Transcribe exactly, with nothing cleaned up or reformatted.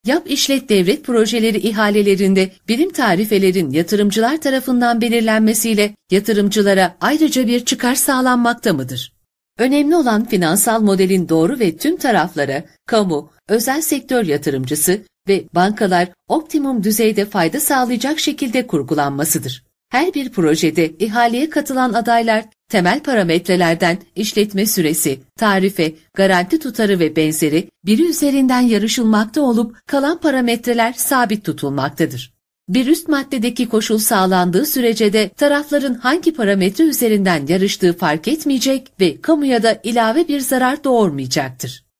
Yap işlet devlet projeleri ihalelerinde birim tarifelerin yatırımcılar tarafından belirlenmesiyle yatırımcılara ayrıca bir çıkar sağlanmakta mıdır? Önemli olan finansal modelin doğru ve tüm taraflara, kamu, özel sektör yatırımcısı ve bankalar optimum düzeyde fayda sağlayacak şekilde kurgulanmasıdır. Her bir projede ihaleye katılan adaylar temel parametrelerden işletme süresi, tarife, garanti tutarı ve benzeri biri üzerinden yarışılmakta olup kalan parametreler sabit tutulmaktadır. Bir üst maddedeki koşul sağlandığı sürece de tarafların hangi parametre üzerinden yarıştığı fark etmeyecek ve kamuya da ilave bir zarar doğurmayacaktır.